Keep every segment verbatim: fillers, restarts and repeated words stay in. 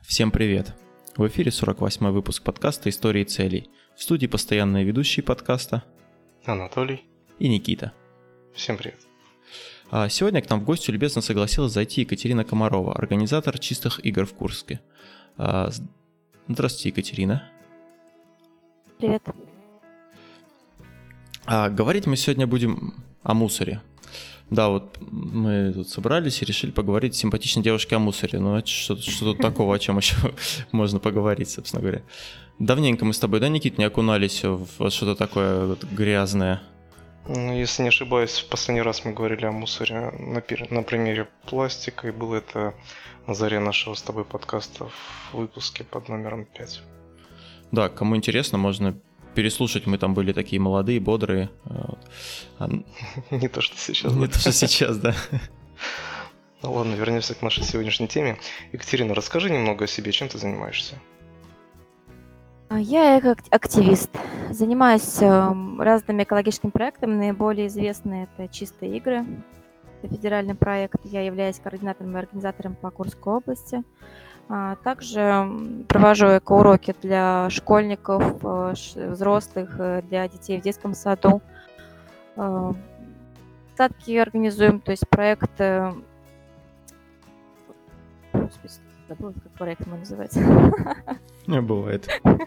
Всем привет! В эфире сорок восьмой выпуск подкаста «Истории целей». В студии постоянные ведущие подкаста Анатолий и Никита. Всем привет! Сегодня к нам в гости любезно согласилась зайти Екатерина Комарова, организатор «Чистых игр» в Курске. Здравствуйте, Екатерина. Привет. А, говорить мы сегодня будем о мусоре. Да, вот мы тут собрались и решили поговорить с симпатичной девушкой о мусоре. Ну, а что, что тут такого, о чем еще можно поговорить, собственно говоря. Давненько мы с тобой, да, Никит, не окунались в что-то такое вот грязное? Если не ошибаюсь, в последний раз мы говорили о мусоре на, на примере пластика, и было это на заре нашего с тобой подкаста в выпуске под номером пять. Да, кому интересно, можно переслушать, мы там были такие молодые, бодрые. Не то, что сейчас. Не то, что сейчас, да. Ну ладно, вернемся к нашей сегодняшней теме. Екатерина, расскажи немного о себе, чем ты занимаешься? Я эко-активист. Занимаюсь разными экологическими проектами. Наиболее известные — это «Чистые игры». Это федеральный проект. Я являюсь координатором и организатором по Курской области. Также провожу эко-уроки для школьников, взрослых, для детей в детском саду. Садки организуем, то есть проект... Господи, забыла, как проект мой называется. Не бывает.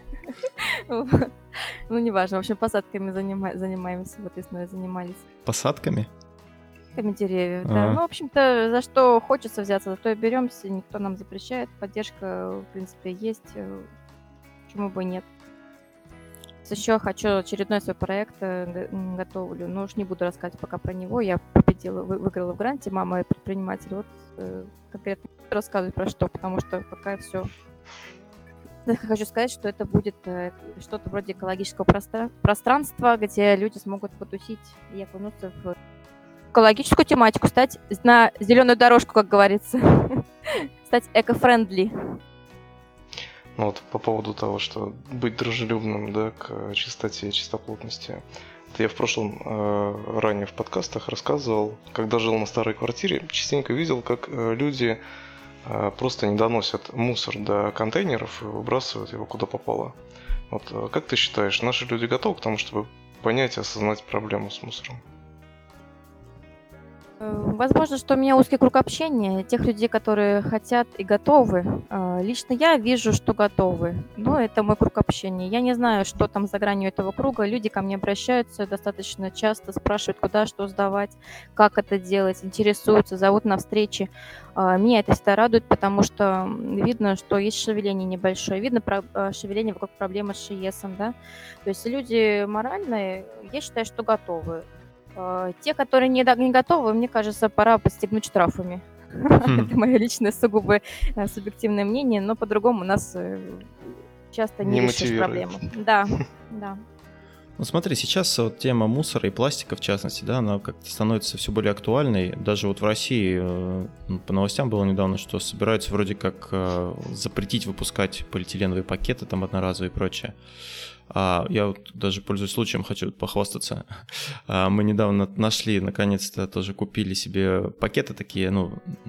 Ну, неважно. В общем, посадками занимаемся. Вот весной занимались. Посадками? Деревьев, да. Ну, в общем-то, за что хочется взяться, за то и беремся, никто нам запрещает, поддержка, в принципе, есть, почему бы и нет. Еще хочу очередной свой проект готовлю, но уж не буду рассказывать пока про него, я победила, выиграла в гранте, мама предприниматель, вот конкретно не буду рассказывать про что, потому что пока все. Хочу сказать, что это будет что-то вроде экологического пространства, где люди смогут потусить и окунуться в экологическую тематику, стать на зеленую дорожку, как говорится, стать эко-френдли. Ну вот по поводу того, что быть дружелюбным, да, к чистоте и чистоплотности. Это я в прошлом, э, ранее в подкастах рассказывал, когда жил на старой квартире, частенько видел, как э, люди э, просто не доносят мусор до контейнеров и выбрасывают его куда попало. Вот э, как ты считаешь, наши люди готовы к тому, чтобы понять и осознать проблему с мусором? Возможно, что у меня узкий круг общения, тех людей, которые хотят и готовы. Лично я вижу, что готовы, но это мой круг общения. Я не знаю, что там за гранью этого круга. Люди ко мне обращаются достаточно часто, спрашивают, куда что сдавать, как это делать, интересуются, зовут на встречи. Меня это всегда радует, потому что видно, что есть шевеление небольшое, видно шевеление вокруг проблемы с ШИЭСом, да. То есть люди моральные, я считаю, что готовы. Те, которые не, не готовы, мне кажется, пора подстегнуть штрафами. Mm. Это мое личное сугубо субъективное мнение, но по-другому у нас часто не, не решишь проблему. Да, да. Ну смотри, сейчас вот тема мусора и пластика, в частности, да, она как-то становится все более актуальной. Даже вот в России по новостям было недавно, что собираются вроде как запретить выпускать полиэтиленовые пакеты, там одноразовые и прочее. А я вот даже, пользуясь случаем, хочу похвастаться. А мы недавно нашли, наконец-то, тоже купили себе пакеты такие, ну,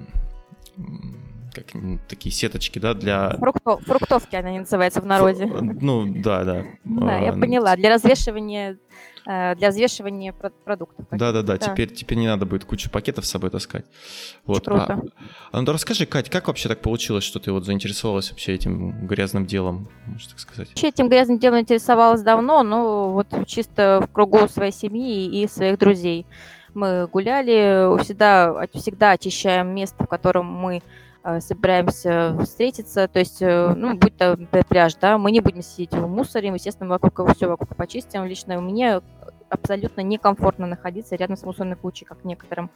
как, такие сеточки, да, для... Фруктов, фруктовки она называется в народе. Фу, ну, да, да. Да, я поняла. Для развешивания, для взвешивания продуктов. Да-да-да, теперь, теперь не надо будет кучу пакетов с собой таскать. Вот. Круто. А, а ну расскажи, Кать, как вообще так получилось, что ты вот заинтересовалась вообще этим грязным делом, можно так сказать? Вообще этим грязным делом интересовалась давно, но вот чисто в кругу своей семьи и своих друзей. Мы гуляли, всегда, всегда очищаем место, в котором мы собираемся встретиться, то есть, ну, будь то пляж, да, мы не будем сидеть в мусоре, естественно, вокруг все вокруг почистим. Лично мне абсолютно некомфортно находиться рядом с мусорной кучей, как некоторым.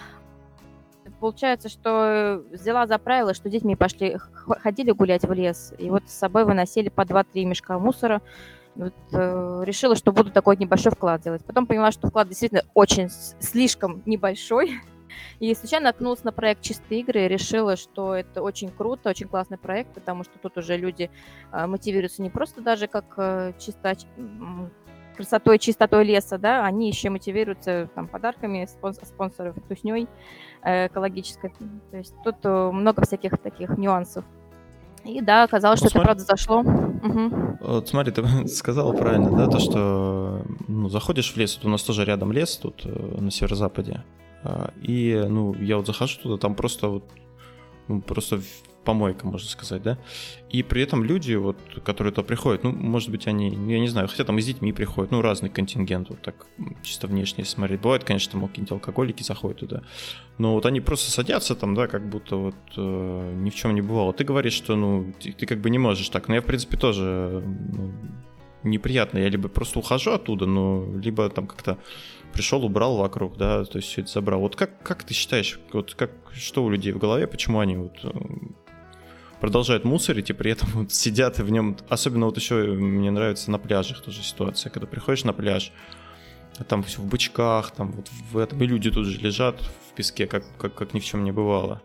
Получается, что взяла за правило, что детьми пошли, ходили гулять в лес, и вот с собой выносили по два-три мешка мусора. Вот, э, решила, что буду такой небольшой вклад делать. Потом поняла, что вклад действительно очень слишком небольшой. И случайно наткнулась на проект «Чистые игры» и решила, что это очень круто, очень классный проект, потому что тут уже люди э, мотивируются не просто даже как э, чисто, красотой, чистотой леса, да, они еще мотивируются там, подарками спонс- спонсоров, тусней э, экологической. То есть тут много всяких таких нюансов. И да, оказалось, Ну, что это смотри, правда зашло. Мгм. вот смотри, ты сказала правильно, да, то, что ну, заходишь в лес, вот у нас тоже рядом лес тут э, на северо-западе, а, и, ну, я вот захожу туда, там просто вот, ну, просто в- помойка, можно сказать, да, и при этом люди, вот, которые туда приходят, ну, может быть, они, ну, я не знаю, хотя там и с детьми приходят, ну, разный контингент, вот так, м, чисто внешне смотреть. Бывает, конечно, там какие-нибудь алкоголики заходят туда, но вот они просто садятся там, да, как будто вот э, ни в чем не бывало. Ты говоришь, что, ну, ты, ты как бы не можешь так, но я, в принципе, тоже, э, ну, неприятно, я либо просто ухожу оттуда, ну, либо там как-то пришел, убрал вокруг, да, то есть все это забрал. Вот как, как ты считаешь, вот как, что у людей в голове, почему они вот э, продолжают мусорить и при этом вот сидят и в нем, особенно вот еще мне нравится на пляжах тоже ситуация, когда приходишь на пляж, а там все в бычках, там вот в этом, и люди тут же лежат в песке, как, как, как ни в чем не бывало.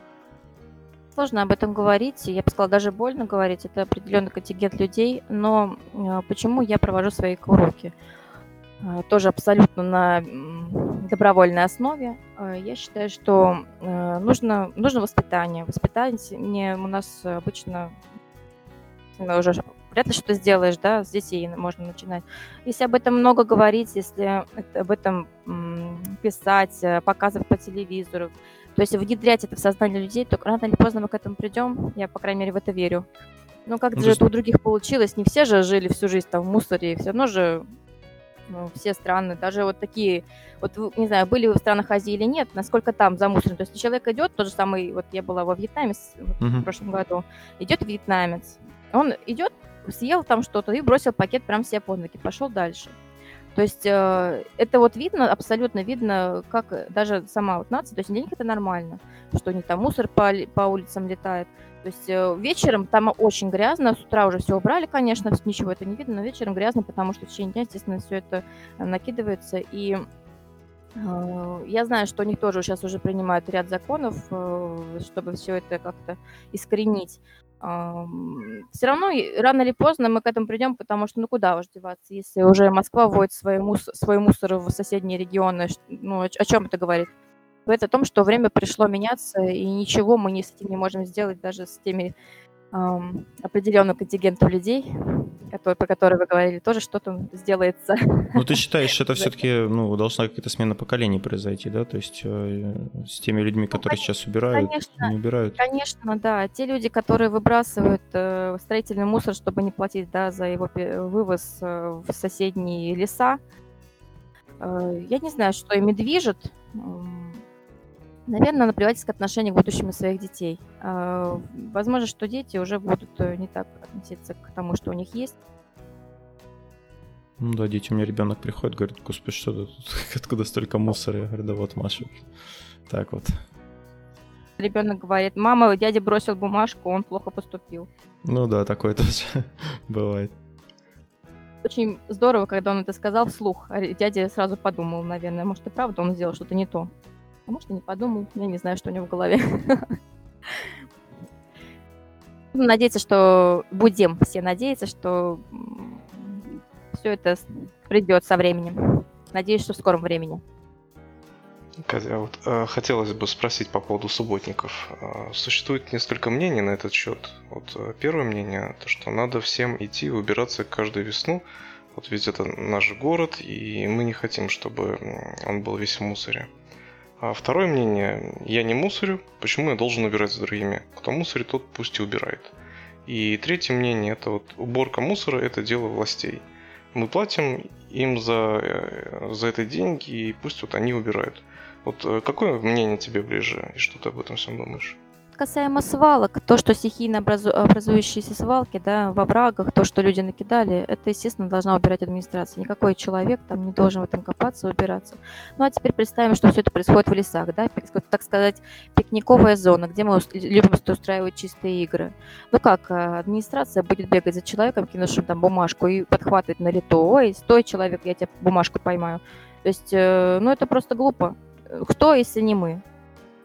Сложно об этом говорить, я бы сказала, даже больно говорить, это определенный контингент людей, но э, почему я провожу свои уроки? Э, Тоже абсолютно на м, добровольной основе. Э, Я считаю, что э, нужно, нужно воспитание. Воспитание у нас обычно ну, уже вряд ли что сделаешь, да, с детей можно начинать. Если об этом много говорить, если это- об этом м, писать, э, показывать по телевизору, то есть внедрять это в сознание людей, то рано или поздно мы к этому придем. Я, по крайней мере, в это верю. Ну, как Ну, то же есть, это у других получилось? Не все же жили всю жизнь там в мусоре, все равно же ну, все страны, даже вот такие, вот вы- не знаю, были вы в странах Азии или нет, насколько там замусорено. То есть если человек идет, тот же самый, вот я была во Вьетнаме с- вот в мгм. прошлом году, идет вьетнамец, он идет, съел там что-то и бросил пакет прям себе под ноги, пошел дальше. То есть э, это вот видно, абсолютно видно, как э, даже сама вот нация, то есть для них это нормально, что у них там мусор по, ли- по улицам летает. То есть э, вечером там очень грязно, с утра уже все убрали, конечно, ничего это не видно, но вечером грязно, потому что в течение дня, естественно, все это э, накидывается. И э, я знаю, что у них тоже сейчас уже принимают ряд законов, э, чтобы все это как-то искоренить. Все равно и рано или поздно мы к этому придем, потому что ну куда уж деваться, если уже Москва вводит свой, мус- свой мусор в соседние регионы, ш- ну о, ч- о чем это говорит? Говорит о том, что время пришло меняться, и ничего мы не с этим не можем сделать, даже с теми ам, определенным контингентом людей, который, про которые вы говорили, тоже что-то сделается. Ну, ты считаешь, это за это. все-таки, ну, должна какая-то смена поколений произойти, да? То есть э, с теми людьми, Ну, которые коне- сейчас убирают, конечно, не убирают. конечно, да. Те люди, которые выбрасывают э, строительный мусор, чтобы не платить, да, за его пе- вывоз э, в соседние леса, э, я не знаю, что ими движет. Наверное, наплевательское отношение к будущему своих детей. А, Возможно, что дети уже будут э, не так относиться к тому, что у них есть. Ну да, дети, у меня ребенок приходит, говорит, господи, что ты тут, откуда столько мусора? Я говорю, да вот, Маша. Так вот. Ребенок говорит, мама, дядя бросил бумажку, он плохо поступил. Ну да, такое тоже бывает. Очень здорово, когда он это сказал вслух. А ре- Дядя сразу подумал, наверное, может и правда он сделал что-то не то. А может и не подумал, я не знаю, что у него в голове. Будем надеяться, что будем все надеяться, что все это с- придет со временем. Надеюсь, что в скором времени. Катя, а вот, э, хотелось бы спросить по поводу субботников. Э, Существует несколько мнений на этот счет. Вот э, первое мнение, то что надо всем идти и убираться каждую весну. Вот ведь это наш город, и мы не хотим, чтобы м, он был весь в мусоре. А второе мнение, я не мусорю, почему я должен убирать с другими? Кто мусорит, тот пусть и убирает. И третье мнение, это вот уборка мусора, это дело властей. Мы платим им за, э, за это деньги, и пусть вот они убирают. Вот э, какое мнение тебе ближе, и что ты об этом всем думаешь? Касаемо свалок, то, что стихийно образу- образующиеся свалки, да, во врагах, то, что люди накидали, это, естественно, должна убирать администрация. Никакой человек там не должен в этом копаться, убираться. Ну, а теперь представим, что все это происходит в лесах, да, пик- так сказать, пикниковая зона, где мы ус- любим устраивать чистые игры. Ну как, а, администрация будет бегать за человеком, кинувшим там бумажку, и подхватывать на лету, ой, стой, человек, я тебя бумажку поймаю. То есть, э, ну, это просто глупо. Кто, если не мы?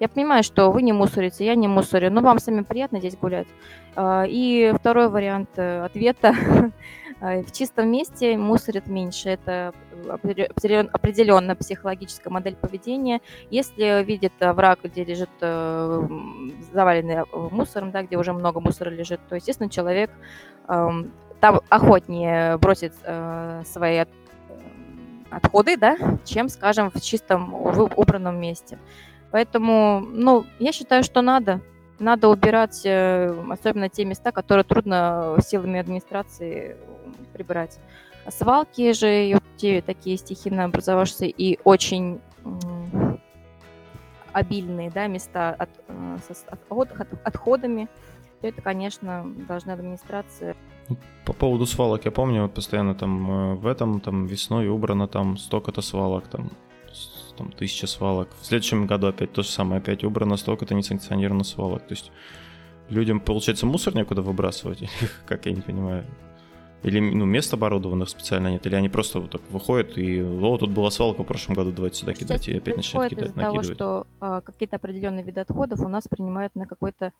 Я понимаю, что вы не мусорите, я не мусорю, но вам самим приятно здесь гулять. А, И второй вариант э, ответа. А, В чистом месте мусорят меньше. Это определенно психологическая модель поведения. Если видит овраг, где лежит э, м, заваленный э, мусором, да, где уже много мусора лежит, то, естественно, человек эм, там охотнее бросит э, свои от- эм, отходы, да, чем, скажем, в чистом вы- убранном месте. Поэтому, ну, я считаю, что надо. Надо убирать, э, особенно те места, которые трудно силами администрации м, прибрать. А свалки же, и вот те такие стихийно образовавшиеся и очень м, обильные, да, места от, э, со с отход- от- отходами, то это, конечно, должна администрация. По поводу свалок, я помню, вот постоянно там э, в этом, там весной убрано там столько-то свалок, там, с- там тысяча свалок. В следующем году опять то же самое, опять убрано столько-то несанкционированных свалок. То есть людям, получается, мусор некуда выбрасывать, или как я не понимаю. Или ну, мест оборудованных специально нет, или они просто вот так выходят и, о, тут была свалка в прошлом году, давайте сюда кидать, и Часто опять начинают происходит кидать, из-за того, накидывать. что а, какие-то определенные виды отходов у нас принимают на какой-то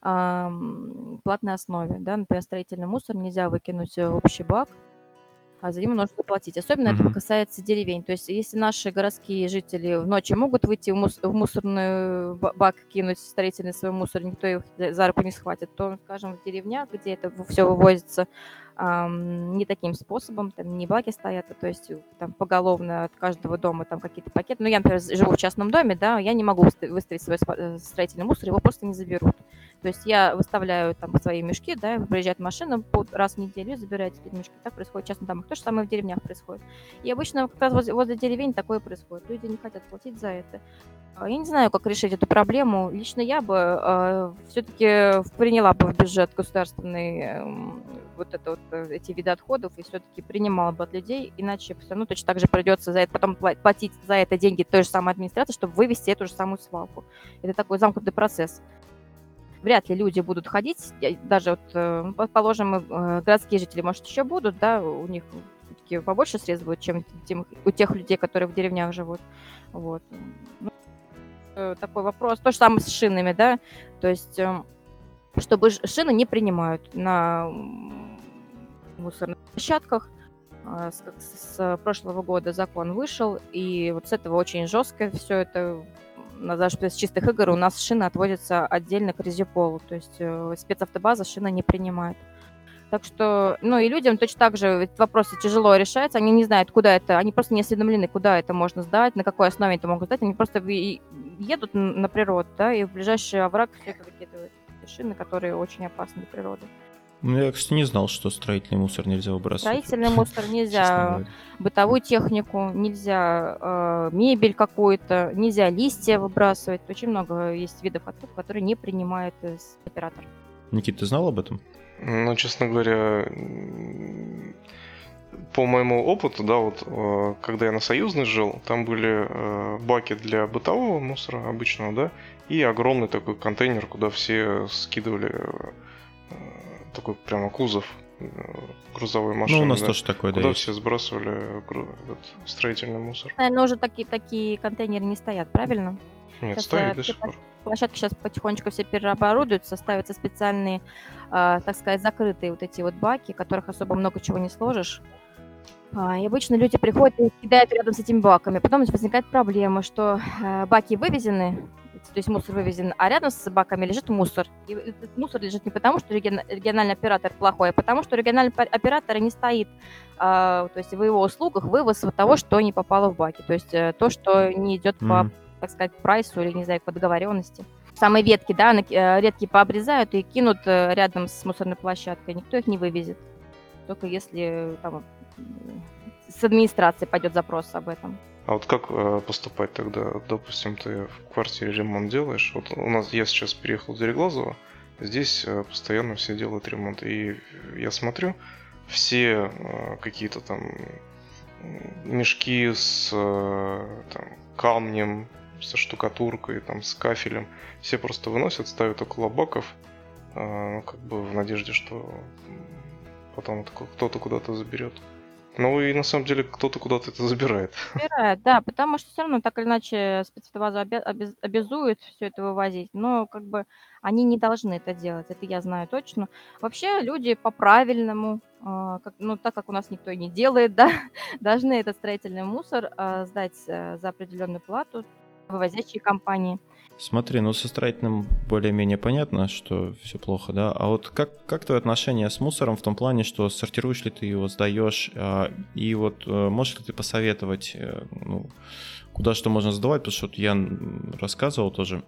ам, платной основе, да, например, строительный мусор нельзя выкинуть в общий бак, а за него нужно заплатить. Особенно это Мгм. касается деревень. То есть если наши городские жители в ночи могут выйти в, мус- в мусорный ба- бак, кинуть строительный свой мусор, никто их за за руку не схватит, то, скажем, в деревнях, где это все вывозится ам, не таким способом, там не баки стоят, а то есть э, там поголовно от каждого дома там какие-то пакеты. Ну, я, например, живу в частном доме, да, я не могу выста- выставить свой спа- э, строительный мусор, его просто не заберут. То есть я выставляю там свои мешки, да, приезжает машина по- раз в неделю и забирает эти мешки. Так происходит в частных домах. То же самое в деревнях происходит. И обычно как раз возле, возле деревень такое происходит. Люди не хотят платить за это. А, Я не знаю, как решить эту проблему. Лично я бы все-таки приняла бы в бюджет государственный эм, вот это вот, э, эти виды отходов и все-таки принимала бы от людей, иначе все равно точно так же придется за это потом пла- платить за это деньги той же самой администрации, чтобы вывести эту же самую свалку. Это такой замкнутый процесс. Вряд ли люди будут ходить, я- даже вот, э, ну, предположим, э, городские жители, может, еще будут, да, у них все-таки побольше средств будет, чем тем- у тех людей, которые в деревнях живут. Вот. Ну, э, такой вопрос. То же самое с шинами, да, то есть, эм, чтобы ж- шины не принимают на м, мусорных площадках. А, С, как с- с прошлого года закон вышел, и вот с этого очень жестко все это. м, Даже без чистых игр у нас шины отводятся отдельно к резеполу, то есть э, спецавтобаза шины не принимает. Так что, ну и людям точно так же этот вопрос тяжело решается, они не знают, куда это, они просто не осведомлены, куда это можно сдать, на какой основе это могут сдать, они просто ви- едут н- на природу, да, и в ближайший овраг все это выкидывают. Эти шины, которые очень опасны для природы. Ну, я, кстати, не знал, что строительный мусор нельзя выбрасывать. Строительный мусор Честно нельзя, говоря. бытовую технику нельзя, э, мебель какую-то, нельзя листья выбрасывать. Очень много есть видов отходов, которые не принимает э, с- оператор. Никит, ты знал об этом? Ну, честно говоря, м, по моему опыту, да, вот э, когда я на Союзной жил, там были э, баки для бытового мусора обычного, да, и огромный такой контейнер, куда все скидывали э, такой прямо кузов э, грузовой машины, Ну, у нас да, тоже такое, да, куда есть. все сбрасывали гру- этот строительный мусор. Наверное, уже такие, такие контейнеры не стоят, правильно? Нет, Сейчас стоит э, до все сих пор. площадки сейчас потихонечку все переоборудуются, ставятся специальные, а, так сказать, закрытые вот эти вот баки, в которых особо много чего не сложишь. А, И обычно люди приходят и кидают рядом с этими баками. Потом возникает проблема, что э, баки вывезены, то есть мусор вывезен, а рядом с баками лежит мусор. И этот мусор лежит не потому, что регион- региональный оператор плохой, а потому, что региональный пар- оператор не стоит, а, то есть в его услугах вывоз вот того, что не попало в баки, то есть э, то, что не идет по, Мгм. так сказать, прайсу или, не знаю, по договоренности. Самые ветки, да, на- э, редкие пообрезают и кинут э, рядом с мусорной площадкой. Никто их не вывезет. Только если там м, с администрации пойдет запрос об этом. А вот как э, поступать тогда? Допустим, ты в квартире ремонт делаешь. Вот у нас я сейчас переехал в Дереглазово. Здесь э, постоянно все делают ремонт. И я смотрю, все э, какие-то там м, мешки с э, там, камнем, со штукатуркой, там, с кафелем, все просто выносят, ставят около баков, э, ну, как бы в надежде, что м, потом это ку- кто-то куда-то заберет. Ну и на самом деле кто-то куда-то это забирает. Забирает, да, потому что все равно так или иначе спецавтоваза обя- обяз- обязует все это вывозить, но как бы они не должны это делать, это я знаю точно. Вообще люди по-правильному, а, как- ну так как у нас никто и не делает, да, должны этот строительный мусор а, сдать э, за определенную плату вывозящие компании. Смотри, ну со строительным более-менее понятно, что все плохо, да? А вот как, как твое отношение с мусором в том плане, что сортируешь ли ты его, сдаешь, а, и вот э, можешь ли ты посоветовать, э, ну, куда что можно сдавать? Потому что вот я м, рассказывал тоже,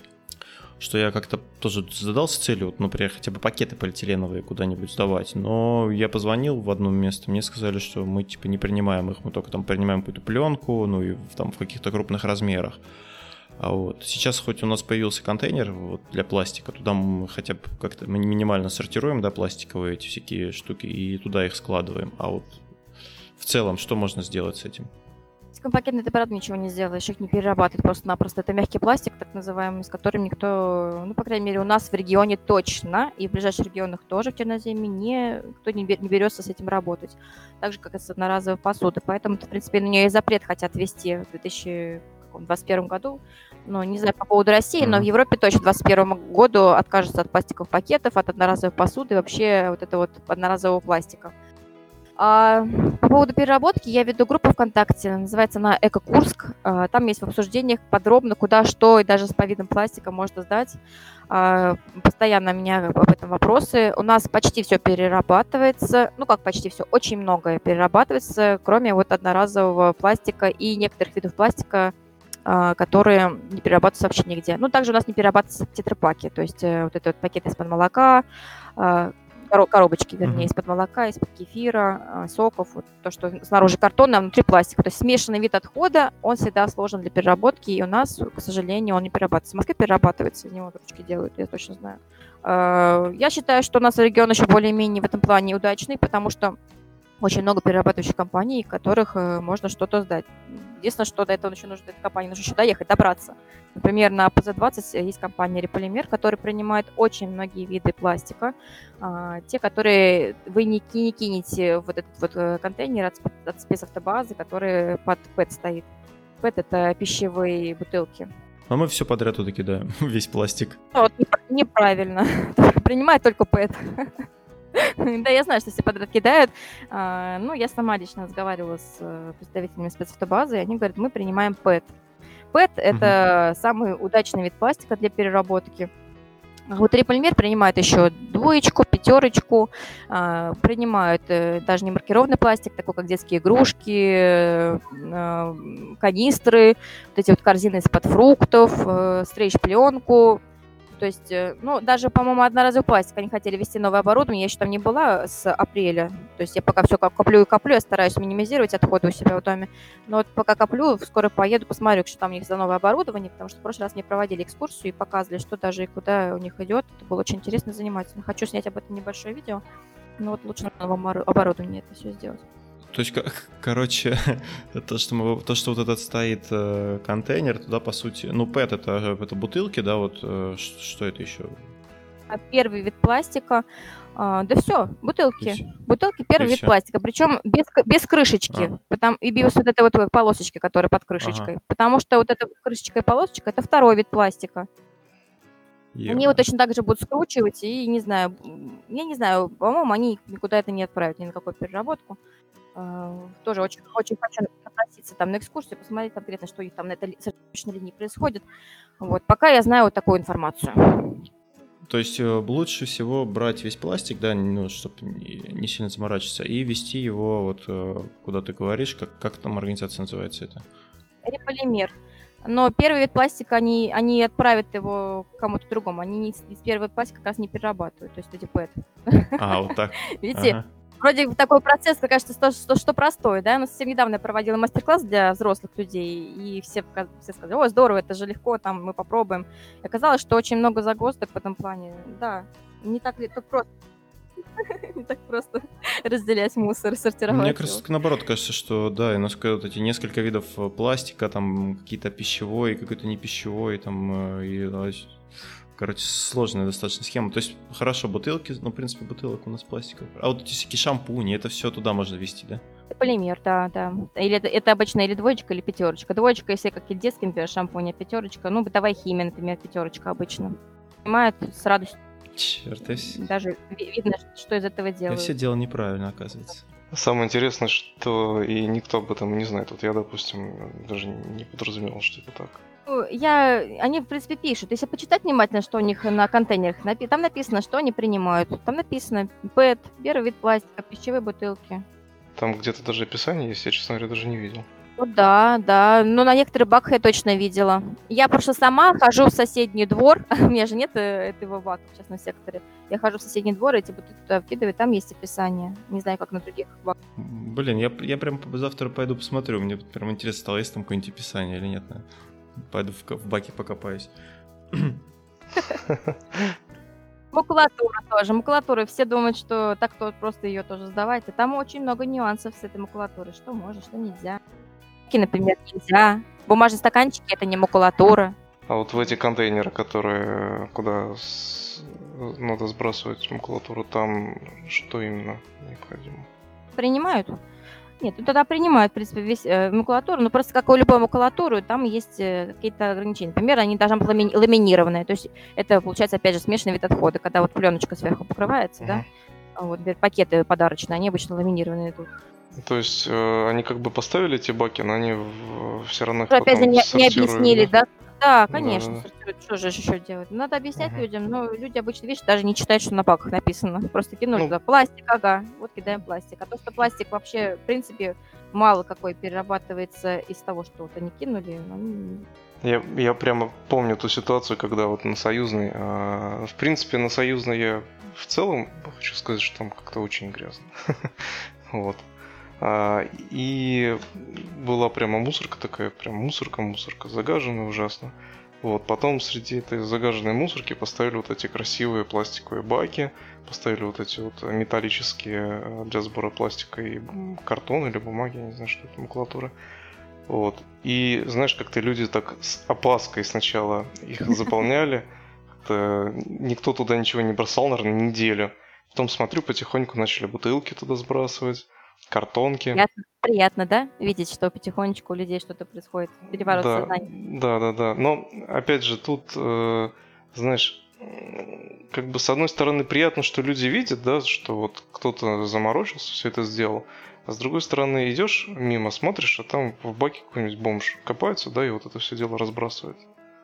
что я как-то тоже задался целью, вот, например, хотя бы пакеты полиэтиленовые куда-нибудь сдавать, но я позвонил в одно место, мне сказали, что мы типа не принимаем их, мы только там принимаем какую-то пленку, ну и в- там в каких-то крупных размерах. А вот сейчас хоть у нас появился контейнер вот, для пластика, туда мы хотя бы как-то ми- минимально сортируем, да, пластиковые эти всякие штуки и туда их складываем. А вот в целом что можно сделать с этим? С компакетной ты, правда, ничего не сделаешь, их не перерабатывают просто-напросто. Это мягкий пластик, так называемый, с которым никто, ну, по крайней мере, у нас в регионе точно, и в ближайших регионах тоже в Черноземье, никто не бе- не берется с этим работать. Так же, как и с одноразовой посудой. Поэтому, в принципе, на нее и запрет хотят ввести в две тысячи двадцать первом году. Ну, не знаю по поводу России, но в Мгм. Европе точно к двадцать первому году откажутся от пластиковых пакетов, от одноразовой посуды и вообще вот этого вот одноразового пластика. А, по поводу переработки я веду группу ВКонтакте, называется она «Эко-Курск». А, там есть в обсуждениях подробно, куда, что и даже по видам пластика можно сдать. А, постоянно меня об этом вопросы. У нас почти все перерабатывается, ну как почти все, очень многое перерабатывается, кроме вот одноразового пластика и некоторых видов пластика, а, которые не перерабатываются вообще нигде. Ну, также у нас не перерабатываются тетрапаки, то есть э, вот этот вот пакет из-под молока, а, коро- коробочки, вернее, Мгм. из-под молока, из-под кефира, а, соков, вот то, что снаружи картон, а внутри пластик. То есть смешанный вид отхода, он всегда сложен для переработки, и у нас, к сожалению, он не перерабатывается. В Москве перерабатывается, из него ручки делают, я точно знаю. А, Я считаю, что у нас регион еще более-менее в этом плане удачный, потому что очень много перерабатывающих компаний, которых э, можно что-то сдать. Единственное, что до этого еще нужно, до этой компании нужно еще доехать, добраться. Например, на пэ зэ двадцать есть компания «Реполимер», которая принимает очень многие виды пластика. А, те, которые вы не, ки- не кинете в вот этот вот э, контейнер от, спе- от спецавтобазы, который под пэт стоит. пэт – это пищевые бутылки. А мы все подряд туда кидаем, весь пластик. Ну, вот непр- неправильно. Принимает только пэт. Да, я знаю, что все подряд кидают. А, Ну, я сама лично разговаривала с э, представителями спецавтобазы, и они говорят, мы принимаем пэт. пэт – Мгм. это самый удачный вид пластика для переработки. А вот Реполимер принимает еще двоечку, пятерочку, а, принимают э, даже не маркированный пластик, такой как детские игрушки, э, а, канистры, вот эти вот корзины из-под фруктов, э, стрейч-пленку. То есть, э, ну, даже, по-моему, одноразовый пластик они хотели ввести новое оборудование. Я еще там не была с апреля. То есть я пока все коплю и коплю, я стараюсь минимизировать отходы у себя в доме. Но вот пока коплю, скоро поеду, посмотрю, что там у них за новое оборудование, потому что в прошлый раз мне проводили экскурсию и показывали, что даже и куда у них идет. Это было очень интересно и занимательно. Хочу снять об этом небольшое видео, но вот лучше на новом обору- оборудовании это все сделать. То есть, ко- короче, то, что мы, то, что вот этот стоит э, контейнер, туда, по сути, ну, пэт это, это бутылки, да, вот, э, ш- что это еще? А Первый вид пластика, а, да все, И бутылки. всё. Бутылки первый И вид всё. пластика, причем без, к- без крышечки, А. потому, и без вот этой вот полосочки, которая под крышечкой. Потому что вот эта крышечка и полосочка – это второй вид пластика. Они его Ё. точно так же будут скручивать, и не знаю, м, я не знаю, по-моему, они никуда это не отправят, ни на какую переработку. А, Тоже очень, очень хочу напроситься там на экскурсию, посмотреть конкретно, что у них там на этой ли- сортировочной линии происходит. Вот, пока я знаю вот такую информацию. То есть э, лучше всего брать весь пластик, да, ну, чтобы не, не сильно заморачиваться, и вести его вот э, куда ты говоришь, как, как там организация называется это? Реполимер. Но первый вид пластика, они, они отправят его кому-то другому. Они не, из первого вида пластика как раз не перерабатывают, то есть эти пэт. А, вот так. Видите, Ага. вроде бы такой процесс, мне кажется, что, что, что простой, да? Но совсем недавно я проводила мастер-класс для взрослых людей, и все, пока- все сказали, о, здорово, это же легко, там, мы попробуем. И оказалось, что очень много загвоздок в этом плане. Да, не так ли так просто. Не так просто разделять мусор, сортировать Мне его. кажется, наоборот, кажется, что да, и насколько вот эти несколько видов э, пластика, там какие-то пищевой, какой-то не пищевой, там, э, и, а, с- короче, сложная достаточно схема. То есть, хорошо, бутылки, ну, в принципе, бутылок у нас пластиковых. А вот эти всякие шампуни, это все туда можно вести, да? Это полимер, да, да. Или это, это обычно или двоечка, или пятерочка. Двоечка, если как и детский, например, шампунь, а пятерочка, ну, бытовая химия, например, пятерочка обычно. Понимают с радостью. Черт, я все, Даже ви- видно, что из этого я делают. все делал неправильно, оказывается. Самое интересное, что и никто об этом не знает. Вот я, допустим, даже не подразумевал, что это так. Ну, Я, они, в принципе, пишут. Если почитать внимательно, что у них на контейнерах, напи- там написано, что они принимают. Там написано пэт, первый вид пластика, пищевые бутылки. Там где-то даже описание есть, я, честно говоря, даже не видел. Ну да, да. Ну, на некоторых баках я точно видела. Я просто сама хожу в соседний двор. У меня же нет э, этого бака в частном секторе. Я хожу в соседний двор, эти бутылки туда вкидываю, там есть описание. Не знаю, как на других баках. Блин, я, я прям завтра пойду посмотрю, мне прям интересно стало, есть там какое-нибудь описание или нет. наверное. Пойду в, ка- в баке покопаюсь. Макулатура тоже. Макулатура. Все думают, что так то просто ее тоже сдавать. А там очень много нюансов с этой макулатурой. Что можно, что нельзя. Таки, например, нельзя. Бумажные стаканчики — это не макулатура. А вот в эти контейнеры, которые куда с- надо сбрасывать макулатуру, там что именно необходимо? Принимают? Нет, ну тогда принимают, в принципе, весь э, макулатуру, но просто как у любой макулатуры, там есть э, какие-то ограничения. Например, они должны быть лами- ламинированные, то есть это, получается, опять же, смешанный вид отхода, когда вот пленочка сверху покрывается, да, Мгм. а вот, например, пакеты подарочные, они обычно ламинированные идут. То есть э, они как бы поставили эти баки, но они все равно их Уже, опять же, потом не, не сортируют, объяснили, да? да? Да, конечно, Да-да-да. сортируют. Что же еще делать? Надо объяснять Мгм. людям, но люди обычно, видишь, даже не читают, что на баках написано. Просто кинули Ну, туда пластик, ага, вот кидаем пластик. А то, что пластик вообще, в принципе, мало какой перерабатывается из того, что вот они кинули. ну, Я, я прямо помню ту ситуацию, когда вот на Союзной, а, в принципе, на Союзной я в целом хочу сказать, что там как-то очень грязно. Вот. А, И была прямо мусорка такая, прям мусорка-мусорка, загаженная ужасно. Вот, потом среди этой загаженной мусорки поставили вот эти красивые пластиковые баки, поставили вот эти вот металлические э, для сбора пластика и м, картона или бумаги, я не знаю, что это, макулатура. Вот. И знаешь, как-то люди так с опаской сначала их заполняли. Как-то никто туда ничего не бросал, наверное, неделю. Потом смотрю, потихоньку начали бутылки туда сбрасывать, картонки. Приятно, приятно, да, видеть, что потихонечку у людей что-то происходит, переворот Да, сознания. да, да, да. Но опять же, тут, э, знаешь, м, как бы с одной стороны приятно, что люди видят, да, что вот кто-то заморочился, все это сделал. А с другой стороны, идешь мимо, смотришь, а там в баке какой-нибудь бомж копается, да, и вот это все дело разбрасывает.